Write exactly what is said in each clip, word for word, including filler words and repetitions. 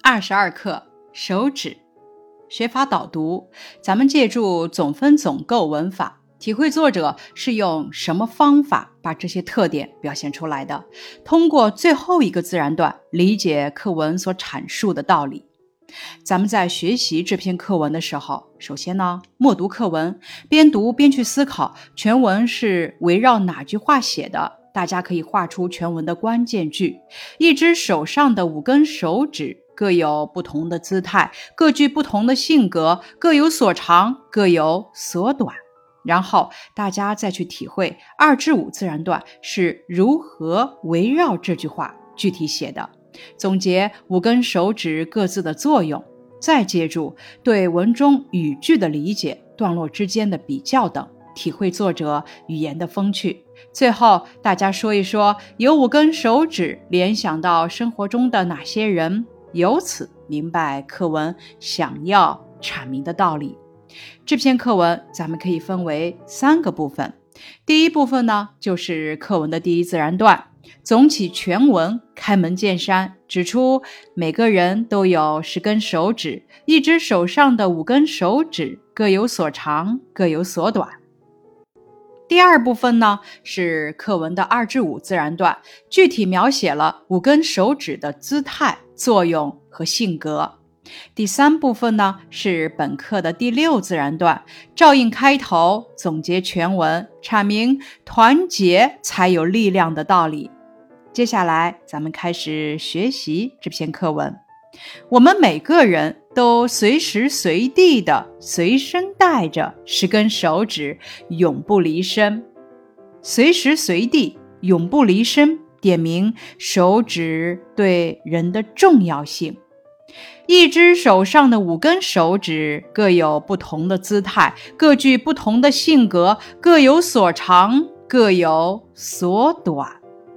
二十二课手指。学法导读，咱们借助总分总构文法，体会作者是用什么方法把这些特点表现出来的，通过最后一个自然段理解课文所阐述的道理。咱们在学习这篇课文的时候，首先呢，默读课文，边读边去思考全文是围绕哪句话写的，大家可以画出全文的关键句。一只手上的五根手指各有不同的姿态，各具不同的性格，各有所长，各有所短。然后大家再去体会二至五自然段是如何围绕这句话具体写的，总结五根手指各自的作用，再借助对文中语句的理解、段落之间的比较等，体会作者语言的风趣。最后大家说一说有五根手指联想到生活中的哪些人，由此明白课文想要阐明的道理。这篇课文咱们可以分为三个部分。第一部分呢，就是课文的第一自然段，总起全文，开门见山，指出每个人都有十根手指，一只手上的五根手指各有所长，各有所短。第二部分呢，是课文的二至五自然段，具体描写了五根手指的姿态、作用和性格。第三部分呢，是本课的第六自然段，照应开头，总结全文，阐明团结才有力量的道理。接下来咱们开始学习这篇课文。我们每个人都随时随地的随身带着十根手指，永不离身。随时随地，永不离身，点明手指对人的重要性。一只手上的五根手指各有不同的姿态，各具不同的性格，各有所长，各有所短。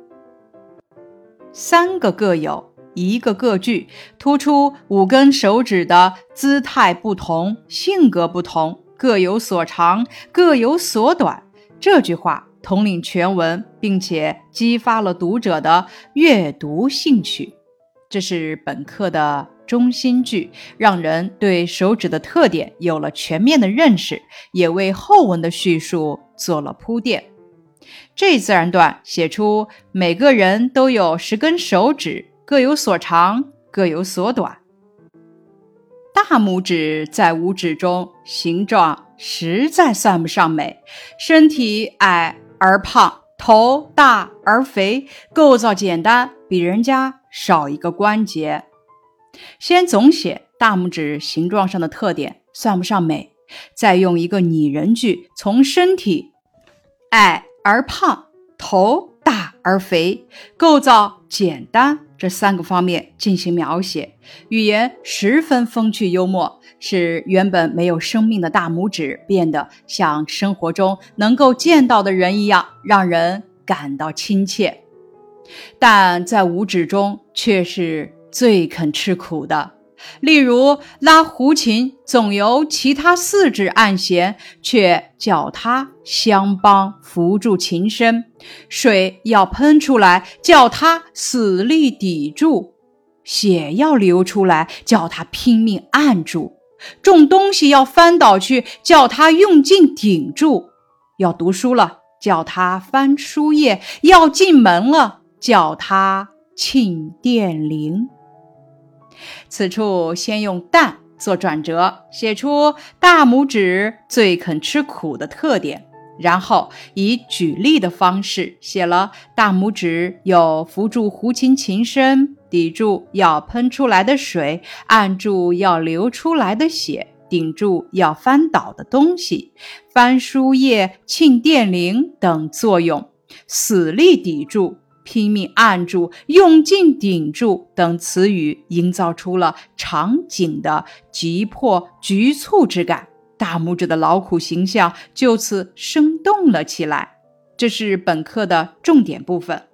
三个各有，一个各具，突出五根手指的姿态不同，性格不同，各有所长，各有所短。这句话统领全文，并且激发了读者的阅读兴趣。这是本课的中心句，让人对手指的特点有了全面的认识，也为后文的叙述做了铺垫。这一自然段写出每个人都有十根手指，各有所长，各有所短。大拇指在五指中形状实在算不上美，身体矮而胖，头大而肥，构造简单，比人家少一个关节。先总写大拇指形状上的特点，算不上美，再用一个拟人句，从身体矮而胖，头大而肥，构造简单这三个方面进行描写，语言十分风趣幽默，使原本没有生命的大拇指变得像生活中能够见到的人一样，让人感到亲切。但在五指中却是最肯吃苦的，例如拉胡琴总由其他四指按弦，却叫他相帮扶住琴身；水要喷出来，叫他死力抵住；血要流出来，叫他拼命按住；重东西要翻倒去，叫他用劲顶住；要读书了，叫他翻书页；要进门了，叫他磬电铃。此处先用但做转折，写出大拇指最肯吃苦的特点，然后以举例的方式写了大拇指有扶住胡琴琴身，抵住要喷出来的水，按住要流出来的血，顶住要翻倒的东西，翻书页、磬电铃等作用，死力抵住、拼命按住、用劲顶住等词语，营造出了场景的急迫局促之感，大拇指的劳苦形象就此生动了起来。这是本课的重点部分。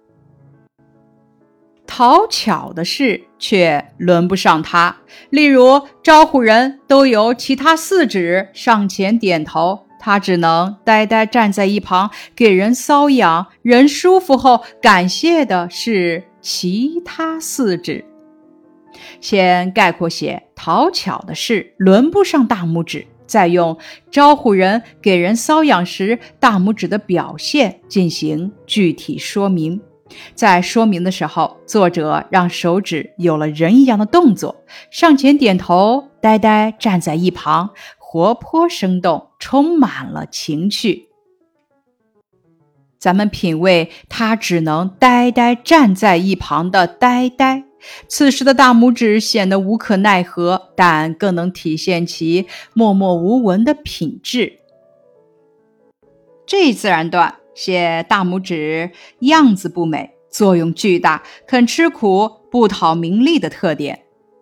讨巧的事却轮不上他，例如招呼人都由其他四指上前点头，他只能呆呆站在一旁，给人搔痒，人舒服后感谢的是其他四指。 先概括写讨巧的事轮不上大拇指，再用招呼人给人搔痒时大拇指的表现进行具体说明。在说明的时候，作者让手指有了人一样的动作，上前点头，呆呆站在一旁，活泼生动，充满了情趣。咱们品味他只能呆呆站在一旁的呆呆，此时的大拇指显得无可奈何，但更能体现其默默无闻的品质。这一自然段写大拇指样子不美，作用巨大，肯吃苦，不讨名利的特点。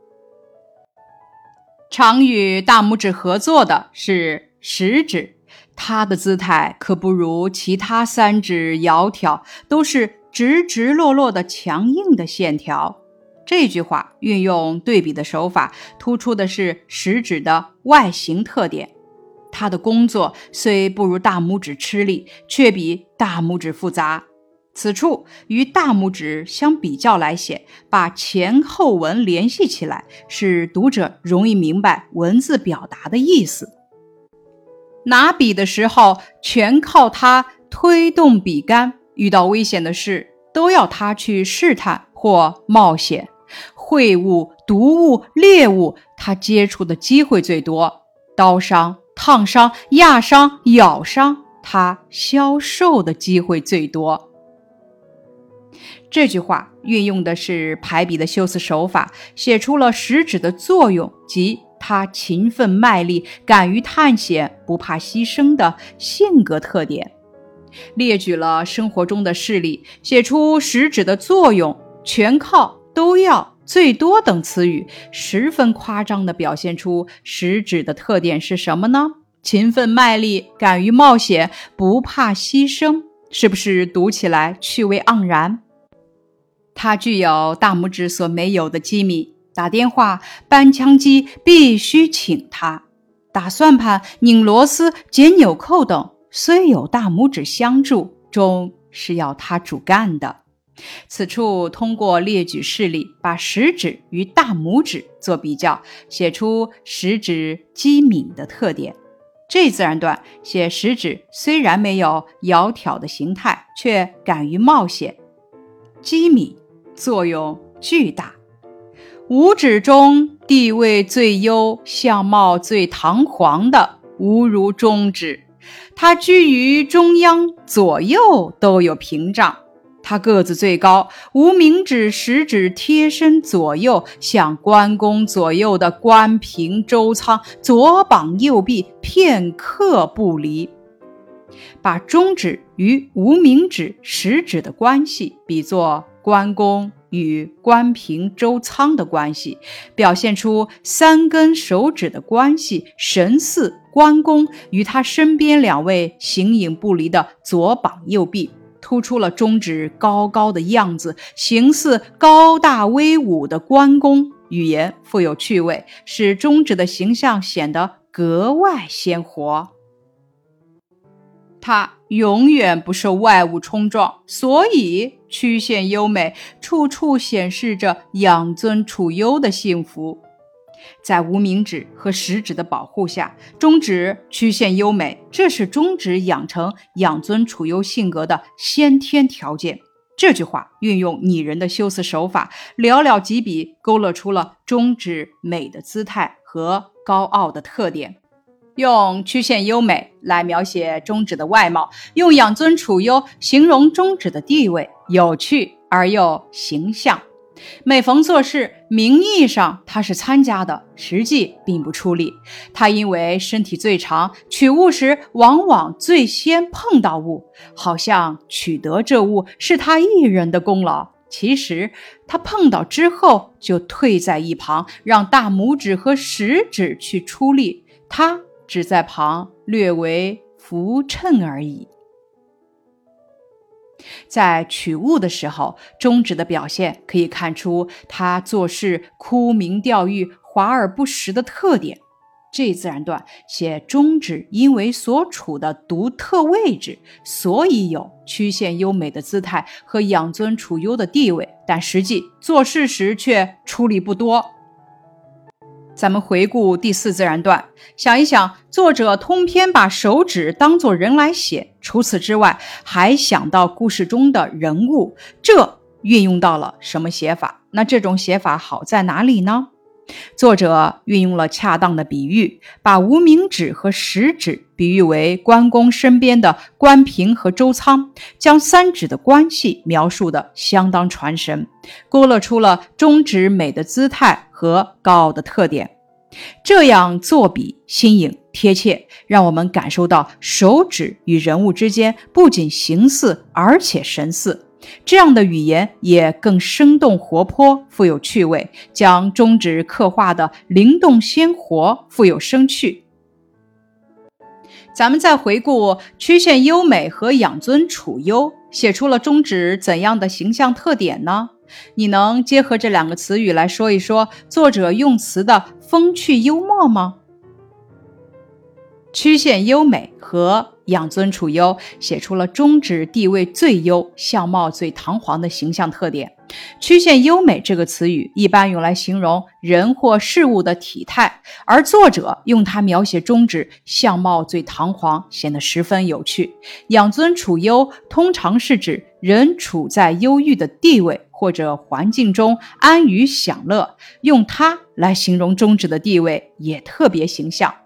常与大拇指合作的是食指，它的姿态可不如其他三指窈窕，都是直直落落的强硬的线条。这句话运用对比的手法，突出的是食指的外形特点。它的工作虽不如大拇指吃力，却比大拇指复杂。此处与大拇指相比较来写，把前后文联系起来，使读者容易明白文字表达的意思。拿笔的时候全靠它推动笔杆，遇到危险的事都要它去试探或冒险。秽物、毒物、猎物，它接触的机会最多。刀伤、烫伤、压伤、咬伤，它消受的机会最多。这句话运用的是排比的修辞手法，写出了食指的作用及他勤奋卖力、敢于探险、不怕牺牲的性格特点。列举了生活中的事例，写出食指的作用，全靠、都要、最多等词语，十分夸张地表现出食指的特点是什么呢？勤奋卖力、敢于冒险、不怕牺牲，是不是读起来趣味盎然？它具有大拇指所没有的机密，打电话、搬枪机必须请它，打算盘、拧螺丝、解纽扣等，虽有大拇指相助，终是要它主干的。此处通过列举事例，把食指与大拇指做比较，写出食指机敏的特点。这自然段写食指虽然没有窈窕的形态，却敢于冒险，机敏，作用巨大。五指中地位最优、相貌最堂皇的无如中指，它居于中央，左右都有屏障。它个子最高，无名指、食指贴身左右，像关公左右的关平、周仓，左膀右臂，片刻不离。把中指与无名指、食指的关系比作关公与关平、周仓的关系，表现出三根手指的关系神似关公与他身边两位形影不离的左膀右臂，突出了中指高高的样子，形似高大威武的关公，语言富有趣味，使中指的形象显得格外鲜活。它永远不受外物冲撞，所以曲线优美，处处显示着养尊处优的幸福。在无名指和食指的保护下，中指曲线优美，这是中指养成养尊处优性格的先天条件。这句话运用拟人的修辞手法，寥寥几笔勾勒出了中指美的姿态和高傲的特点。用曲线优美来描写中指的外貌，用养尊处优形容中指的地位，有趣而又形象。每逢做事，名义上他是参加的，实际并不出力。他因为身体最长，取物时往往最先碰到物，好像取得这物是他一人的功劳。其实他碰到之后就退在一旁，让大拇指和食指去出力，他只在旁略为扶衬而已。在取物的时候，中指的表现可以看出他做事沽名钓誉、华而不实的特点。这一自然段写中指因为所处的独特位置，所以有曲线优美的姿态和养尊处优的地位，但实际做事时却出力不多。 咱们回顾第四自然段，想一想，作者通篇把手指当作人来写，除此之外还想到故事中的人物，这运用到了什么写法？那这种写法好在哪里呢？作者运用了恰当的比喻，把无名指和食指比喻为关公身边的关平和周仓，将三指的关系描述得相当传神，勾勒出了中指美的姿态和高傲的特点。这样作比新颖贴切，让我们感受到手指与人物之间不仅形似，而且神似。这样的语言也更生动活泼，富有趣味，将中指刻画的灵动鲜活，富有生趣。咱们再回顾曲线优美和养尊处优，写出了中指怎样的形象特点呢？你能结合这两个词语来说一说作者用词的风趣幽默吗？曲线优美和养尊处优写出了中指地位最优、相貌最堂皇的形象特点。曲线优美这个词语一般用来形容人或事物的体态，而作者用它描写中指相貌最堂皇，显得十分有趣。养尊处优通常是指人处在优越的地位或者环境中安于享乐，用它来形容中指的地位也特别形象。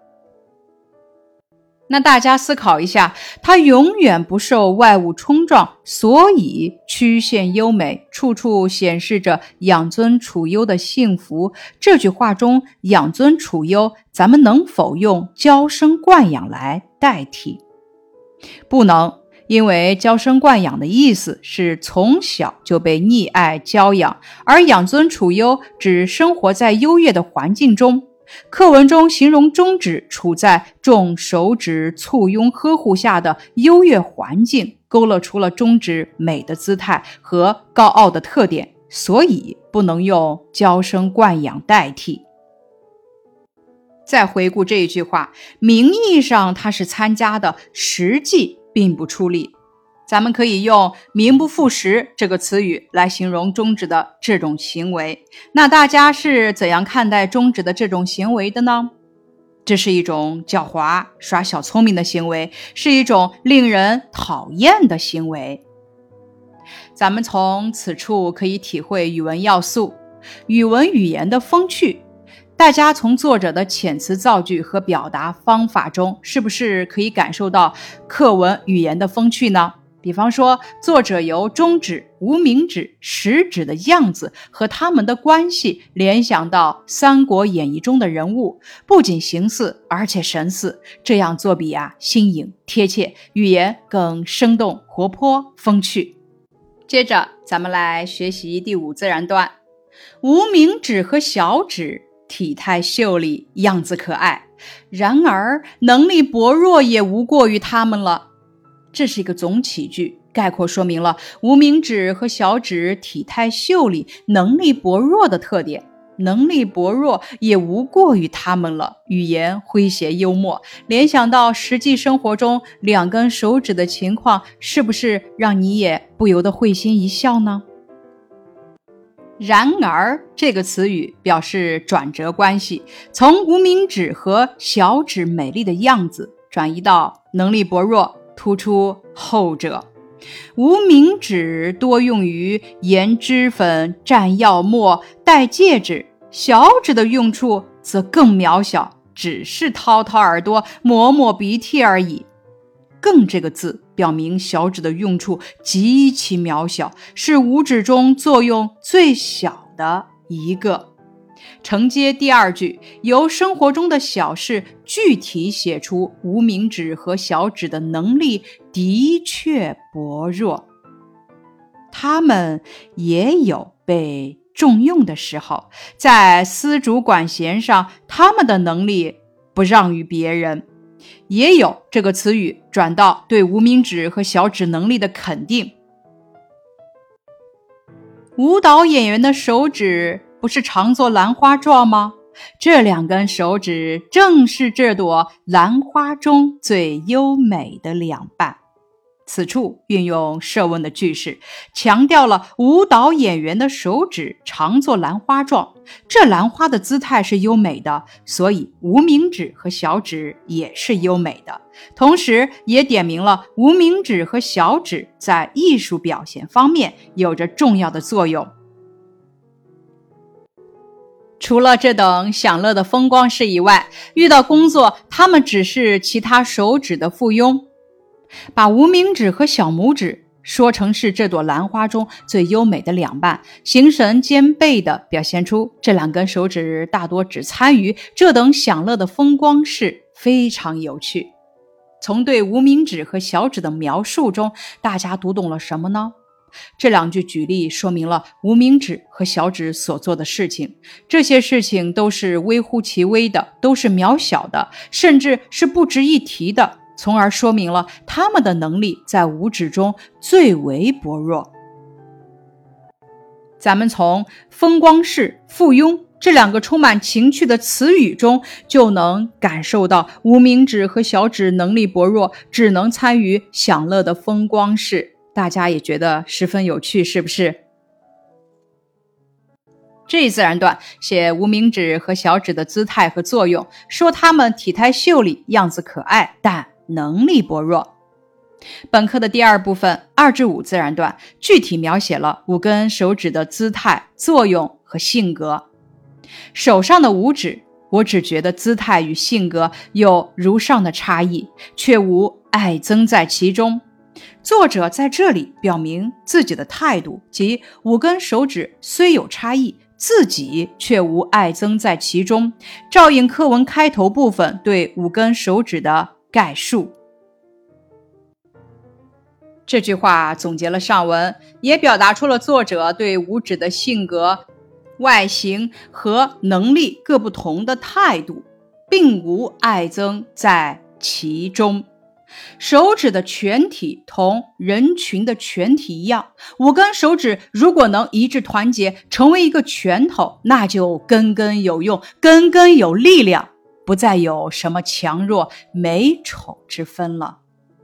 那大家思考一下，它永远不受外物冲撞，所以曲线优美，处处显示着养尊处优的幸福。这句话中养尊处优，咱们能否用娇生惯养来代替？不能，因为娇生惯养的意思是从小就被溺爱娇养，而养尊处优指生活在优越的环境中。课文中形容中指处在众手指簇拥呵护下的优越环境，勾勒出了中指美的姿态和高傲的特点，所以不能用娇生惯养代替。再回顾这一句话，名义上他是参加的，实际并不出力。咱们可以用名不副实这个词语来形容中指的这种行为。那大家是怎样看待中指的这种行为的呢？这是一种狡猾、耍小聪明的行为，是一种令人讨厌的行为。咱们从此处可以体会语文要素，语文语言的风趣。大家从作者的遣词造句和表达方法中，是不是可以感受到课文语言的风趣呢？比方说，作者由中指、无名指、食指的样子和他们的关系联想到《三国演义》中的人物，不仅形似，而且神似。这样作比啊，新颖贴切，语言更生动活泼风趣。接着，咱们来学习第五自然段。无名指和小指体态秀丽，样子可爱，然而能力薄弱也无过于他们了。这是一个总起句，概括说明了无名指和小指体态秀丽、能力薄弱的特点。能力薄弱也无过于他们了，语言诙谐幽默，联想到实际生活中两根手指的情况，是不是让你也不由得会心一笑呢？然而这个词语表示转折关系，从无名指和小指美丽的样子转移到能力薄弱，突出后者。无名指多用于研脂粉、蘸药末、戴戒指，小指的用处则更渺小，只是掏掏耳朵、抹抹鼻涕而已。更这个字表明小指的用处极其渺小，是五指中作用最小的一个。承接第二句，由生活中的小事具体写出无名指和小指的能力的确薄弱，他们也有被重用的时候，在丝竹管弦上，他们的能力不让于别人。也有这个词语转到对无名指和小指能力的肯定。舞蹈演员的手指不是常做兰花状吗？这两根手指正是这朵兰花中最优美的两瓣。 此处运用设问的句式，强调了舞蹈演员的手指常作兰花状，这兰花的姿态是优美的，所以无名指和小指也是优美的。同时也点明了无名指和小指在艺术表现方面有着重要的作用。除了这等享乐的风光事以外，遇到工作，他们只是其他手指的附庸。把无名指和小拇指说成是这朵兰花中最优美的两半，形神兼备地表现出这两根手指大多只参与这等享乐的风光事，非常有趣。从对无名指和小指的描述中，大家读懂了什么呢？这两句举例说明了无名指和小指所做的事情，这些事情都是微乎其微的，都是渺小的，甚至是不值一提的，从而说明了他们的能力在五指中最为薄弱。咱们从风光事、附庸这两个充满情趣的词语中，就能感受到无名指和小指能力薄弱，只能参与享乐的风光事。大家也觉得十分有趣，是不是？这一自然段写无名指和小指的姿态和作用，说它们体态秀丽，样子可爱，但能力薄弱。本课的第二部分二至五自然段具体描写了五根手指的姿态、作用和性格。手上的五指，我只觉得姿态与性格有如上的差异，却无爱憎在其中。作者在这里表明自己的态度，即五根手指虽有差异，自己却无爱憎在其中，照应课文开头部分对五根手指的概述。这句话总结了上文，也表达出了作者对五指的性格、外形和能力各不同的态度，并无爱憎在其中。手指的全体同人群的全体一样，五根手指如果能一致团结成为一个拳头，那就根根有用，根根有力量，不再有什么强弱美丑之分了。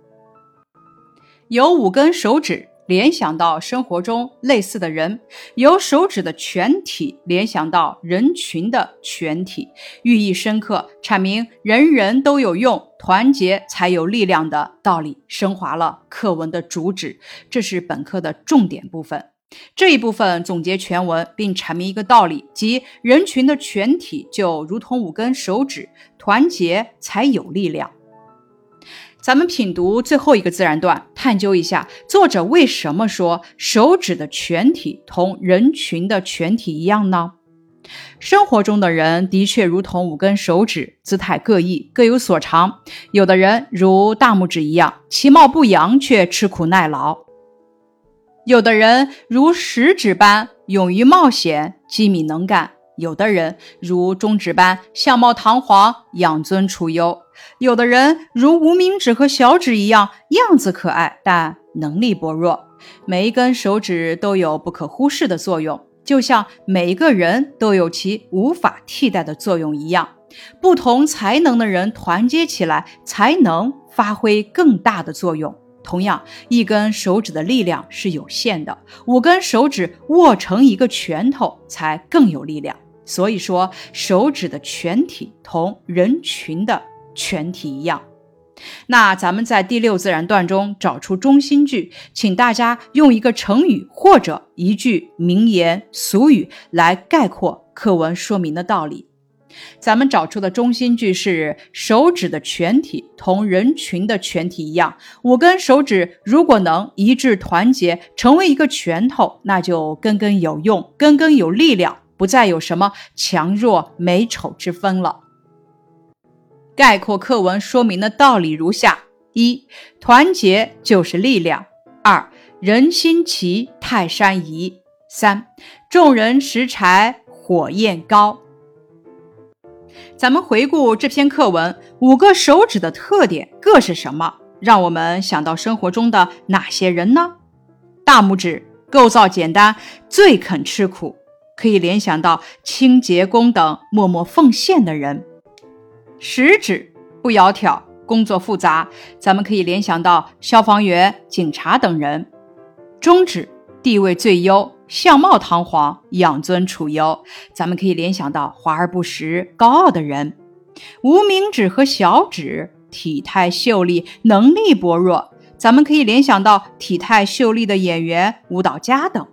有五根手指联想到生活中类似的人，由手指的全体联想到人群的全体，寓意深刻，阐明人人都有用，团结才有力量的道理，升华了课文的主旨。这是本课的重点部分。这一部分总结全文，并阐明一个道理，即人群的全体就如同五根手指，团结才有力量。咱们品读最后一个自然段，探究一下作者为什么说手指的全体同人群的全体一样呢？生活中的人的确如同五根手指，姿态各异，各有所长。有的人如大拇指一样，其貌不扬，却吃苦耐劳；有的人如食指般勇于冒险，机敏能干；有的人如中指般相貌堂皇，养尊处优；有的人如无名指和小指一样，样子可爱，但能力薄弱。每一根手指都有不可忽视的作用，就像每一个人都有其无法替代的作用一样。不同才能的人团结起来，才能发挥更大的作用。同样，一根手指的力量是有限的，五根手指握成一个拳头才更有力量。所以说，手指的全体同人群的全体一样。那咱们在第六自然段中找出中心句，请大家用一个成语或者一句名言俗语来概括课文说明的道理。咱们找出的中心句是手指的全体同人群的全体一样，五根手指如果能一致团结成为一个拳头，那就根根有用，根根有力量，不再有什么强弱美丑之分了。概括课文说明的道理如下：一、团结就是力量；二、人心齐，泰山移；三、众人拾柴，火焰高。咱们回顾这篇课文，五个手指的特点各是什么？让我们想到生活中的哪些人呢？大拇指构造简单，最肯吃苦，可以联想到清洁工等默默奉献的人。食指不窈窕， 工作复杂，咱们可以联想到消防员、警察等人。中指地位最优，相貌堂皇，养尊处优，咱们可以联想到华而不实、高傲的人。无名指和小指体态秀丽，能力薄弱，咱们可以联想到体态秀丽的演员、舞蹈家等。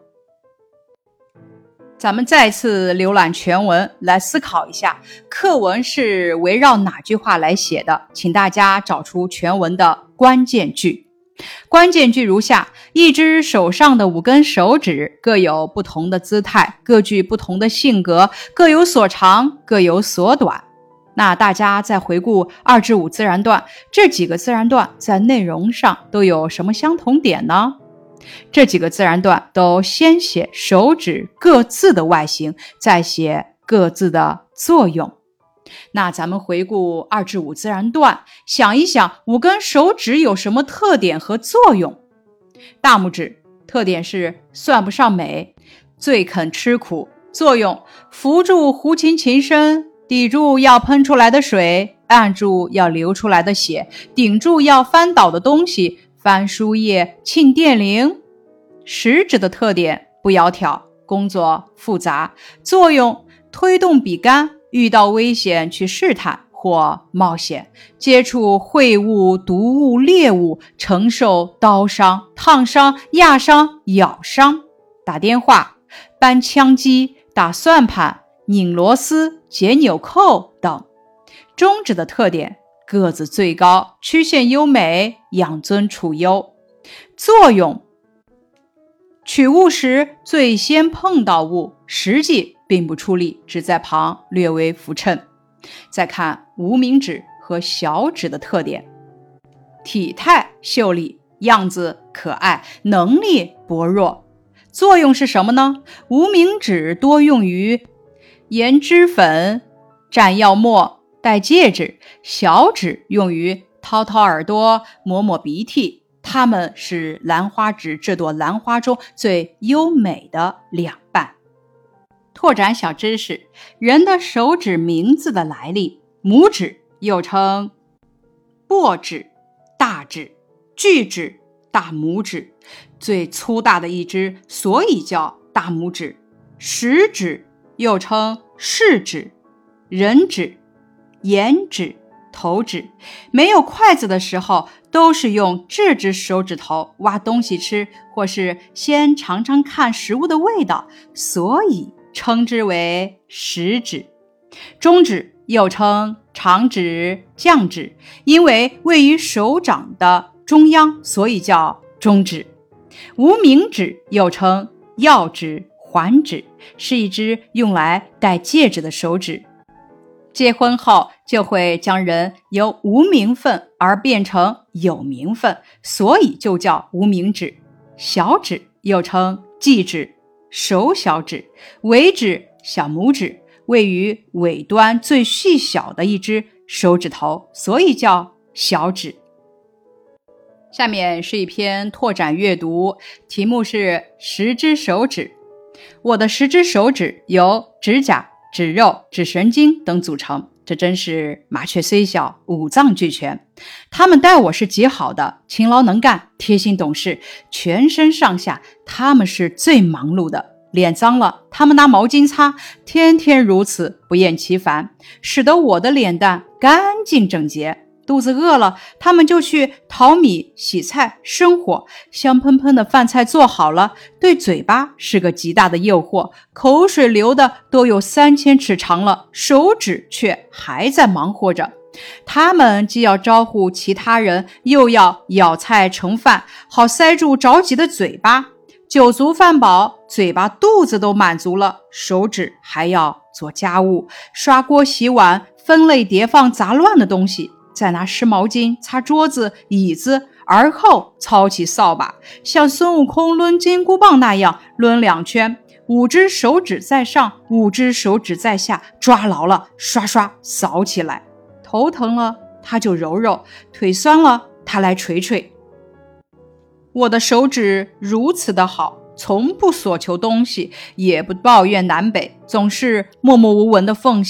咱们再次浏览全文，来思考一下课文是围绕哪句话来写的，请大家找出全文的关键句。关键句如下：一只手上的五根手指各有不同的姿态，各具不同的性格，各有所长，各有所短。那大家再回顾二至五自然段，这几个自然段在内容上都有什么相同点呢？这几个自然段都先写手指各自的外形，再写各自的作用。那咱们回顾二至五自然段，想一想五根手指有什么特点和作用。大拇指特点是算不上美，最肯吃苦，作用扶住胡琴琴身，抵住要喷出来的水，按住要流出来的血，顶住要翻倒的东西，翻书页，沁电铃。食指的特点不窈窕，工作复杂，作用推动笔杆，遇到危险去试探或冒险，接触秽物、毒物、猎物，承受刀伤、烫伤、压伤、咬伤。打电话、搬枪机、打算盘、拧螺丝、解纽扣等。中指的特点个子最高，曲线优美，养尊处优。作用取物时最先碰到物，实际并不出力，只在旁略微扶衬。再看无名指和小指的特点，体态秀丽，样子可爱，能力薄弱。作用是什么呢？无名指多用于研脂粉、蘸药末、戴戒指，小指用于掏掏耳朵、抹抹鼻涕。它们是兰花指这朵兰花中最优美的两半。拓展小知识，人的手指名字的来历。拇指又称薄指、大指、巨指、大拇指，最粗大的一只，所以叫大拇指。食指又称食指、人指、眼指、头指，没有筷子的时候，都是用这只手指头挖东西吃，或是先尝尝看食物的味道，所以称之为食指。中指又称长指、降指，因为位于手掌的中央，所以叫中指。无名指又称药指、环指，是一只用来戴戒指的手指。结婚后就会将人由无名分而变成有名分，所以就叫无名指。小指又称忌指、手小指、尾指、小拇指，位于尾端最细小的一只手指头，所以叫小指。下面是一篇拓展阅读，题目是十只手指。我的十只手指由指甲、指肉、指神经等组成，这真是麻雀虽小，五脏俱全。他们待我是极好的，勤劳能干，贴心懂事，全身上下他们是最忙碌的。脸脏了，他们拿毛巾擦，天天如此，不厌其烦，使得我的脸蛋干净整洁。肚子饿了，他们就去淘米、洗菜、生火，香喷喷的饭菜做好了，对嘴巴是个极大的诱惑，口水流的都有三千尺长了，手指却还在忙活着。他们既要招呼其他人，又要舀菜盛饭，好塞住着急的嘴巴。酒足饭饱，嘴巴肚子都满足了，手指还要做家务，刷锅洗碗，分类叠放杂乱的东西，再拿湿毛巾擦桌子、椅子，而后操起扫把，像孙悟空抡金箍棒那样抡两圈，五只手指在上，五只手指在下，抓牢了刷刷扫起来。头疼了他就揉揉，腿酸了他来捶捶。我的手指如此的好，从不索求东西，也不抱怨南北，总是默默无闻的奉献。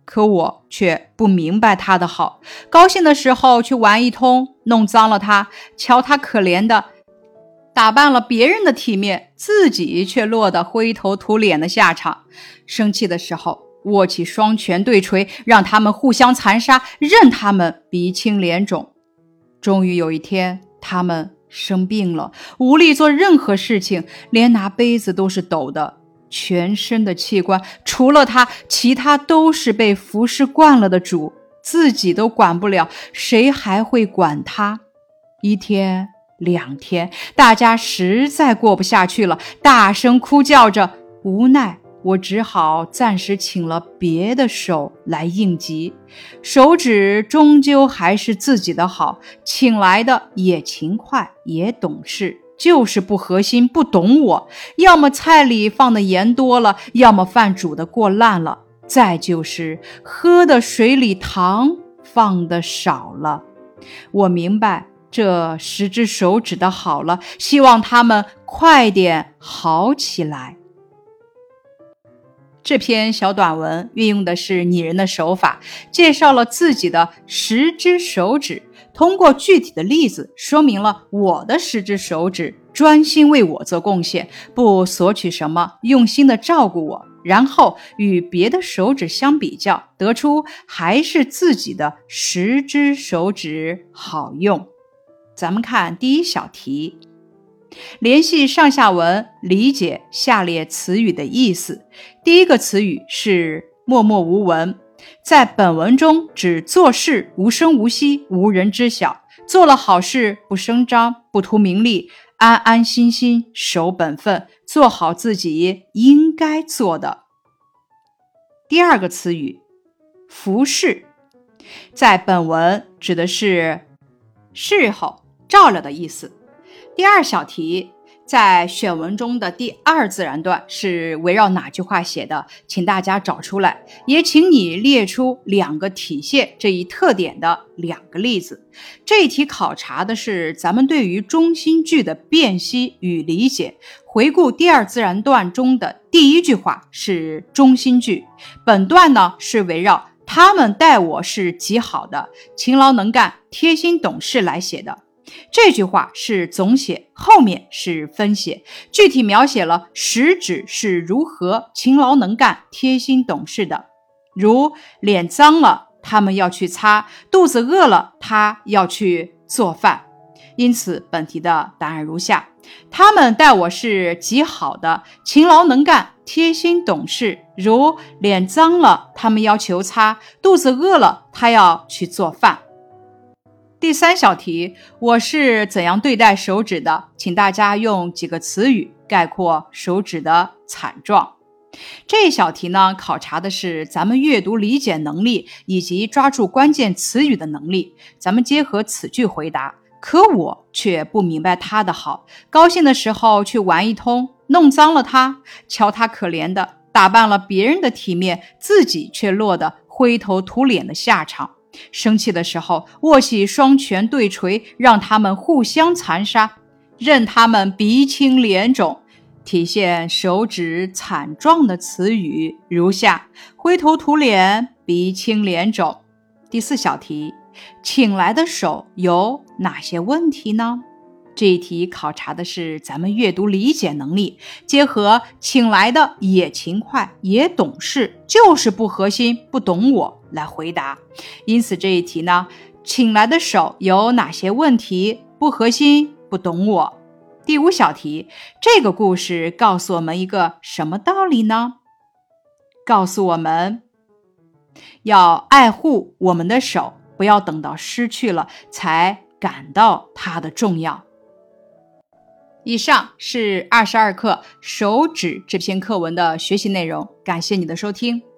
可我却不明白他的好，高兴的时候去玩一通，弄脏了他，瞧他可怜的打扮了别人的体面，自己却落得灰头土脸的下场。生气的时候握起双拳对锤，让他们互相残杀，任他们鼻青脸肿。终于有一天，他们生病了，无力做任何事情，连拿杯子都是抖的，全身的器官除了他，其他都是被服侍惯了的主，自己都管不了，谁还会管他？一天两天，大家实在过不下去了，大声哭叫着，无奈我只好暂时请了别的手来应急。手指终究还是自己的好，请来的也勤快也懂事，就是不合心，不懂我，要么菜里放的盐多了，要么饭煮的过烂了，再就是喝的水里糖放的少了。我明白这十只手指的好了，希望他们快点好起来。这篇小短文运用的是拟人的手法，介绍了自己的十只手指，通过具体的例子说明了我的十只手指专心为我做贡献，不索取什么，用心的照顾我，然后与别的手指相比较，得出还是自己的十只手指好用。咱们看第一小题，联系上下文，理解下列词语的意思。第一个词语是默默无闻，在本文中指做事无声无息，无人知晓，做了好事不声张，不图名利，安安心心守本分，做好自己应该做的。第二个词语服侍，在本文指的是侍候照料的意思。第二小题，在选文中的第二自然段是围绕哪句话写的？请大家找出来，也请你列出两个体现这一特点的两个例子。这一题考察的是咱们对于中心句的辨析与理解。回顾第二自然段中的第一句话是中心句，本段呢是围绕他们待我是极好的，勤劳能干，贴心懂事来写的。这句话是总写，后面是分写，具体描写了实指是如何勤劳能干、贴心懂事的。如脸脏了，他们要去擦；肚子饿了，他要去做饭。因此本题的答案如下：他们待我是极好的，勤劳能干，贴心懂事。如脸脏了，他们要求擦；肚子饿了，他要去做饭。第三小题，我是怎样对待手指的？请大家用几个词语概括手指的惨状。这一小题呢，考察的是咱们阅读理解能力以及抓住关键词语的能力。咱们结合此句回答，可我却不明白他的好，高兴的时候去玩一通，弄脏了他，瞧他可怜的打扮了别人的体面，自己却落得灰头土脸的下场。生气的时候握起双拳对锤，让他们互相残杀，任他们鼻青脸肿。体现手指惨状的词语如下：灰头土脸，鼻青脸肿。第四小题，请来的手有哪些问题呢？这一题考察的是咱们阅读理解能力，结合请来的也勤快也懂事，就是不合心，不懂我来回答。因此这一题呢，请来的手有哪些问题？不合心，不懂我。第五小题，这个故事告诉我们一个什么道理呢？告诉我们要爱护我们的手，不要等到失去了才感到它的重要。以上是二十二课手指这篇课文的学习内容，感谢你的收听。